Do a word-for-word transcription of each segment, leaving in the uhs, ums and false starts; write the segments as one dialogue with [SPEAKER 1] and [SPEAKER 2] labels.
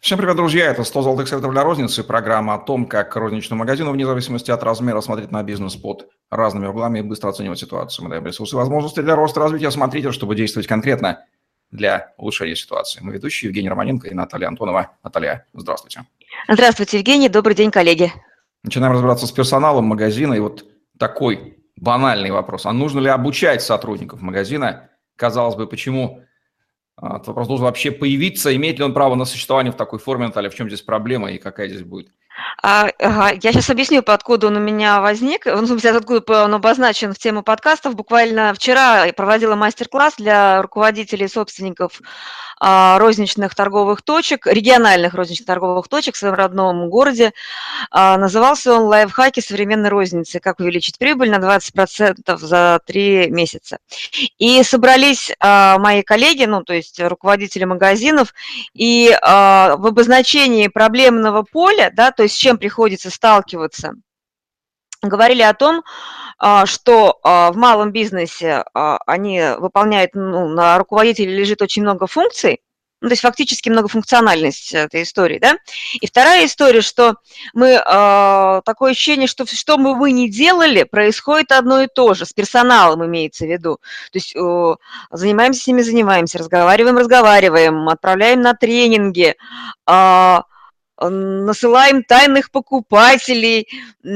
[SPEAKER 1] Всем привет, друзья! Это сто золотых советов для розницы, программа о том, как розничному магазину, вне зависимости от размера, смотреть на бизнес под разными углами и быстро оценивать ситуацию. Мы даем ресурсы и возможности для роста и развития. Смотрите, чтобы действовать конкретно для улучшения ситуации. Мы ведущие Евгений Романенко и Наталья Антонова. Наталья, здравствуйте.
[SPEAKER 2] Здравствуйте, Евгений. Добрый день, коллеги.
[SPEAKER 1] Начинаем разбираться с персоналом магазина. И вот такой банальный вопрос. А нужно ли обучать сотрудников магазина? Казалось бы, почему... Этот вопрос должен вообще появиться. Имеет ли он право на существование в такой форме, Наталья? В чем здесь проблема и какая здесь будет?
[SPEAKER 2] А, ага, я сейчас объясню, откуда он у меня возник. Он, в смысле, откуда он обозначен в тему подкастов. Буквально вчера я проводила мастер-класс для руководителей и собственников а, розничных торговых точек, региональных розничных торговых точек в своем родном городе. А, назывался он «Лайфхаки современной розницы. Как увеличить прибыль на двадцать процентов за три месяца». И собрались а, мои коллеги, ну, то есть руководители магазинов, и а, в обозначении проблемного поля, да, то есть с чем приходится сталкиваться, говорили о том, а, что а, в малом бизнесе а, они выполняют, ну, на руководителе лежит очень много функций, ну, то есть фактически многофункциональность этой истории, да. И вторая история, что мы, э, такое ощущение, что что бы вы ни делали, происходит одно и то же, с персоналом имеется в виду. То есть э, занимаемся с ними, занимаемся, разговариваем, разговариваем, отправляем на тренинги, э, насылаем тайных покупателей,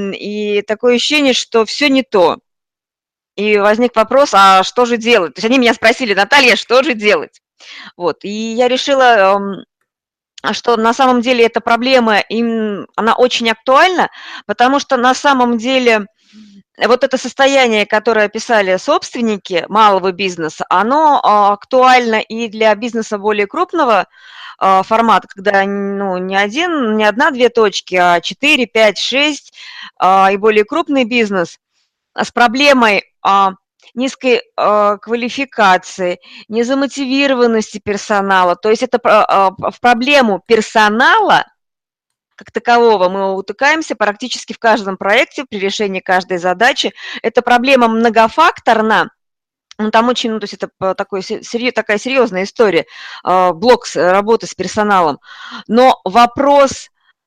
[SPEAKER 2] и такое ощущение, что все не то. И возник вопрос, а что же делать? То есть они меня спросили: Наталья, что же делать? Вот, и я решила, что на самом деле эта проблема, им, она очень актуальна, потому что на самом деле вот это состояние, которое описали собственники малого бизнеса, оно актуально и для бизнеса более крупного формата, когда, ну, не один, не одна-две точки, а четыре, пять, шесть и более крупный бизнес с проблемой низкой э, квалификации, незамотивированности персонала. То есть это э, в проблему персонала как такового мы утыкаемся практически в каждом проекте, при решении каждой задачи. Эта проблема многофакторна. Ну, там очень, ну, то есть это такой, такая серьезная история, э, блок работы с персоналом. Но вопрос,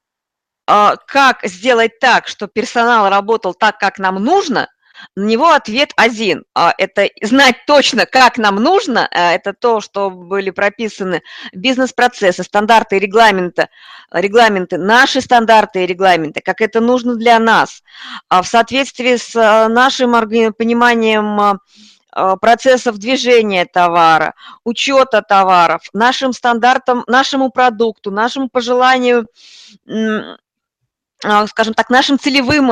[SPEAKER 2] э, как сделать так, чтобы персонал работал так, как нам нужно, на него ответ один. Это знать точно, как нам нужно, это то, что были прописаны бизнес-процессы, стандарты и регламенты, регламенты, наши стандарты и регламенты, как это нужно для нас, в соответствии с нашим пониманием процессов движения товара, учета товаров, нашим стандартам, нашему продукту, нашему пожеланию, скажем так, нашим целевым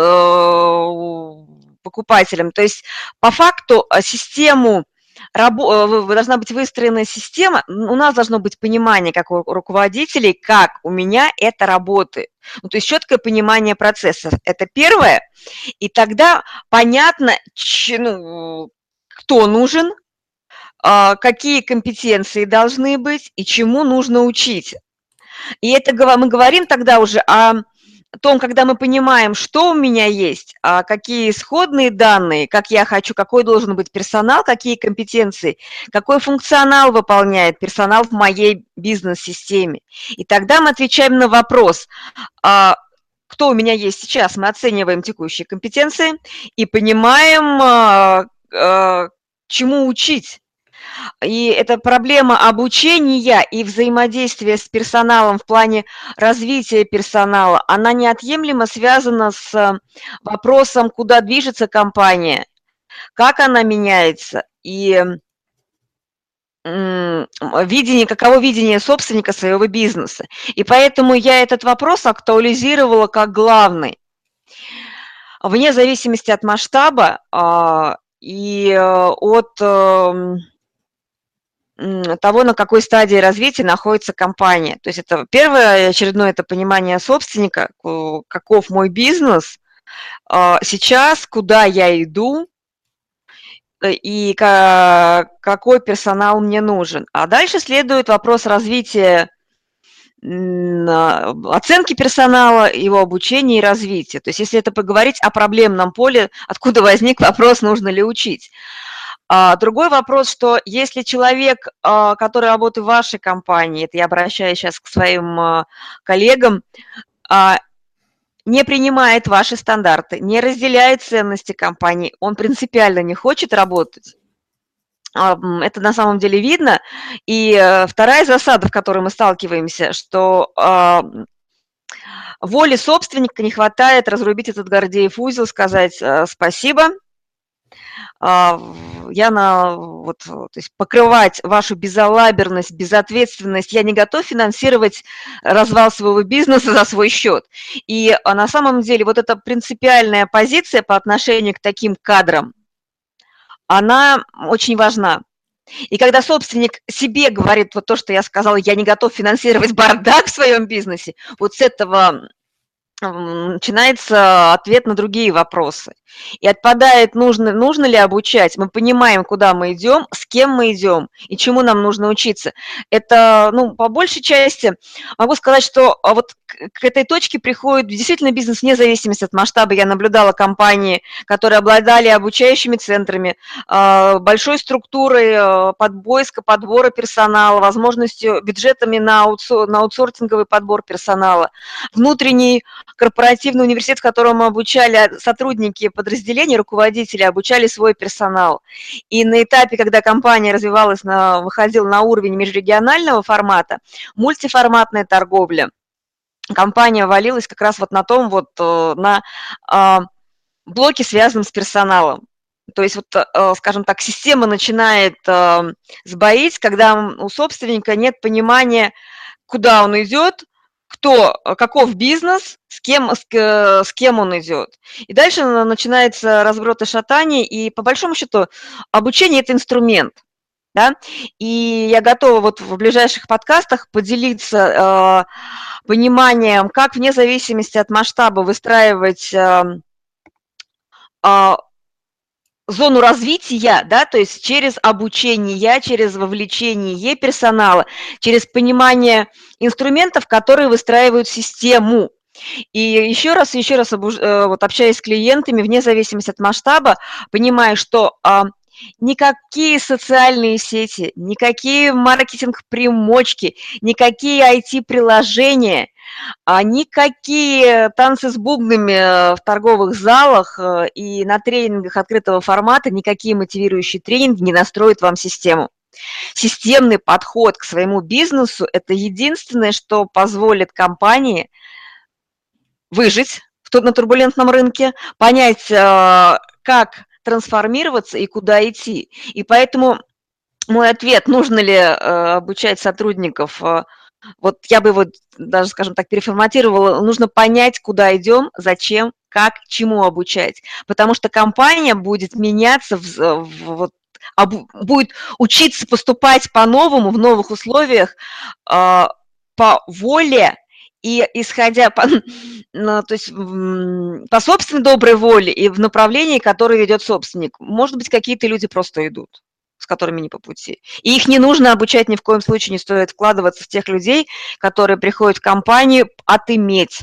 [SPEAKER 2] покупателям. То есть по факту систему, должна быть выстроена система, у нас должно быть понимание, как у руководителей, как у меня это работает. Ну, то есть четкое понимание процессов. Это первое. И тогда понятно, ну, кто нужен, какие компетенции должны быть и чему нужно учить. И это мы говорим тогда уже о том, когда мы понимаем, что у меня есть, какие исходные данные, как я хочу, какой должен быть персонал, какие компетенции, какой функционал выполняет персонал в моей бизнес-системе. И тогда мы отвечаем на вопрос, кто у меня есть сейчас. Мы оцениваем текущие компетенции и понимаем, чему учить. И эта проблема обучения и взаимодействия с персоналом в плане развития персонала, она неотъемлемо связана с вопросом, куда движется компания, как она меняется, и видение, каково видение собственника своего бизнеса. И поэтому я этот вопрос актуализировала как главный. Вне зависимости от масштаба и от того, на какой стадии развития находится компания. То есть это первое, очередное, это понимание собственника, каков мой бизнес, сейчас, куда я иду и какой персонал мне нужен. А дальше следует вопрос развития, оценки персонала, его обучения и развития. То есть если это поговорить о проблемном поле, откуда возник вопрос, нужно ли учить. А другой вопрос, что если человек, а, который работает в вашей компании, это я обращаюсь сейчас к своим а, коллегам, а, не принимает ваши стандарты, не разделяет ценности компании, он принципиально не хочет работать, а, м, это на самом деле видно. И э, вторая засада, в которой мы сталкиваемся, что а, м, воли собственника не хватает разрубить этот Гордеев узел, сказать э, спасибо, а, в- я на вот, то есть покрывать вашу безалаберность, безответственность, я не готов финансировать развал своего бизнеса за свой счет. И а, на самом деле вот эта принципиальная позиция по отношению к таким кадрам, она очень важна. И когда собственник себе говорит вот то, что я сказала, я не готов финансировать бардак в своем бизнесе, вот с этого м, начинается ответ на другие вопросы. И отпадает, нужно, нужно ли обучать. Мы понимаем, куда мы идем, с кем мы идем и чему нам нужно учиться. Это, ну, по большей части могу сказать, что а, вот к, к этой точке приходит действительно бизнес вне зависимости от масштаба. Я наблюдала компании, которые обладали обучающими центрами, а, большой структурой а, под поиска, подбора персонала, возможностью бюджетами на, аутсор, на аутсортинговый подбор персонала, внутренний корпоративный университет, в котором мы обучали сотрудники подразделений, руководители, обучали свой персонал. И на этапе, когда компания развивалась, на, выходила на уровень межрегионального формата, мультиформатная торговля, компания валилась как раз вот на том, вот э, на а, блоке, связанном с персоналом. То есть, вот, э, скажем так, система начинает э, сбоить, когда у собственника нет понимания, куда он идет, кто, каков бизнес, с кем, с, к- с кем он идет. И дальше на- начинается разброд и шатание, и по большому счету обучение – это инструмент. Да? И я готова вот в ближайших подкастах поделиться э, пониманием, как вне зависимости от масштаба выстраивать э, э, зону развития, да, то есть через обучение, через вовлечение персонала, через понимание инструментов, которые выстраивают систему. И еще раз, еще раз обуж- э, вот, общаясь с клиентами, вне зависимости от масштаба, понимая, что а, никакие социальные сети, никакие маркетинг-примочки, никакие ай ти-приложения, а никакие танцы с бубнами э, в торговых залах э, и на тренингах открытого формата, никакие мотивирующие тренинги не настроят вам систему. Системный подход к своему бизнесу – это единственное, что позволит компании выжить в ту- на турбулентном рынке, понять, э, как трансформироваться и куда идти. И поэтому мой ответ, нужно ли э, обучать сотрудников, э, вот я бы его даже, скажем так, переформатировала, нужно понять, куда идем, зачем, как, чему обучать. Потому что компания будет меняться, в, в- вот, обу- будет учиться поступать по-новому в новых условиях, э, по воле и исходя по, ну, то есть, м, по собственной доброй воле и в направлении, которое ведет собственник. Может быть, какие-то люди просто идут, с которыми не по пути. И их не нужно обучать ни в коем случае, не стоит вкладываться в тех людей, которые приходят в компанию отыметь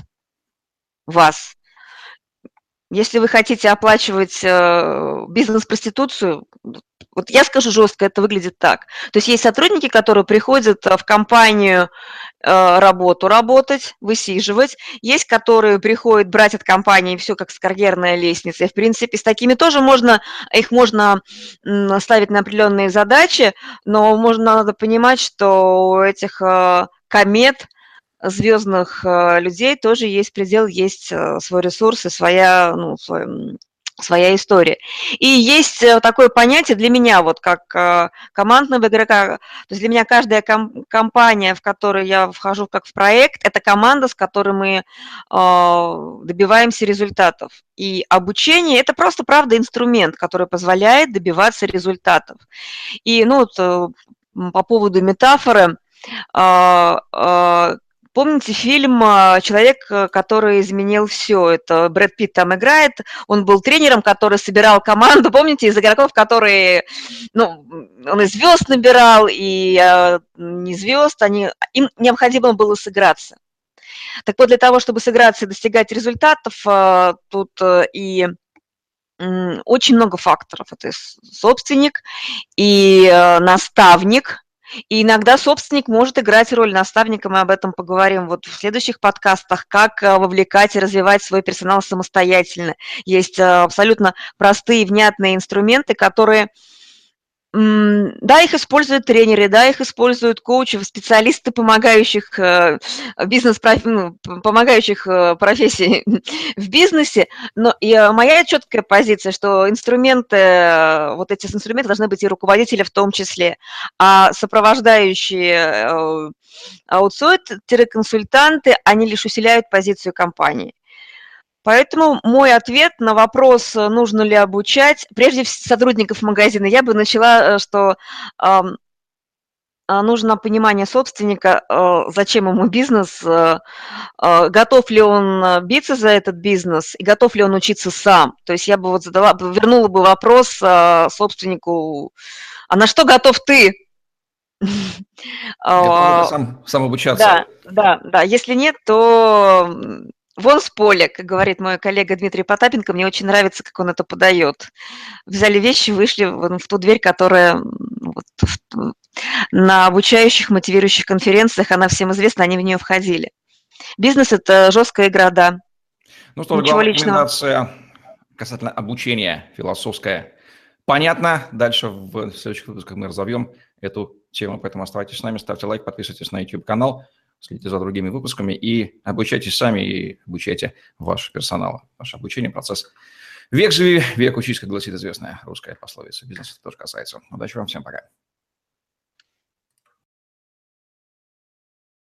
[SPEAKER 2] вас. Если вы хотите оплачивать э, бизнес-проституцию, вот я скажу жестко, это выглядит так. То есть есть сотрудники, которые приходят э, в компанию э, работу работать, высиживать. Есть, которые приходят брать от компании все как с карьерной лестницы. И, в принципе, с такими тоже можно, их можно м, ставить на определенные задачи, но можно, надо понимать, что у этих э, комет, звездных э, людей тоже есть предел, есть э, свой ресурс и своя, ну, свой, м, своя история. И есть э, такое понятие для меня, вот как э, командного игрока, то есть для меня каждая ком- компания, в которой я вхожу как в проект, это команда, с которой мы э, добиваемся результатов. И обучение – это просто, правда, инструмент, который позволяет добиваться результатов. И, ну, вот, э, м, по поводу метафоры, а, а, помните фильм а, «Человек, э, который изменил все»? Это Брэд Питт там играет. Он был тренером, который собирал команду, помните, из игроков, которые, ну, он и звезд набирал, и а, не звезд, они, им необходимо было сыграться. Так вот, для того, чтобы сыграться и достигать результатов, а, тут э, и очень много факторов. Это собственник и наставник. И иногда собственник может играть роль наставника, мы об этом поговорим вот в следующих подкастах, как вовлекать и развивать свой персонал самостоятельно. Есть абсолютно простые, внятные инструменты, которые, да, их используют тренеры, да, их используют коучи, специалисты, помогающих бизнес, ну, помогающих профессии в бизнесе, но и моя четкая позиция, что инструменты, вот эти инструменты должны быть и руководители в том числе, а сопровождающие аутсорсеры-консультанты, они лишь усиляют позицию компании. Поэтому мой ответ на вопрос, нужно ли обучать, прежде всего сотрудников магазина, я бы начала, что э, нужно понимание собственника, э, зачем ему бизнес, э, э, готов ли он биться за этот бизнес и готов ли он учиться сам. То есть я бы вот задала, вернула бы вопрос э, собственнику, а на что готов ты?
[SPEAKER 1] Готов ли ты сам, сам обучаться?
[SPEAKER 2] Да, да, да. Если нет, то вон с поля, как говорит мой коллега Дмитрий Потапенко, мне очень нравится, как он это подает. Взяли вещи, вышли в ту дверь, которая вот, в, на обучающих, мотивирующих конференциях, она всем известна, они в нее входили. Бизнес – это жесткая игра, да.
[SPEAKER 1] Ну что, главная рекомендация касательно обучения философская. Понятно. Дальше в следующих выпусках мы разовьем эту тему, поэтому оставайтесь с нами, ставьте лайк, подписывайтесь на YouTube-канал, следите за другими выпусками и обучайтесь сами, и обучайте ваш персонал. Ваше обучение – процесс. Век живи, век учись, как гласит известная русская пословица. Бизнес это тоже касается. Удачи вам, всем пока.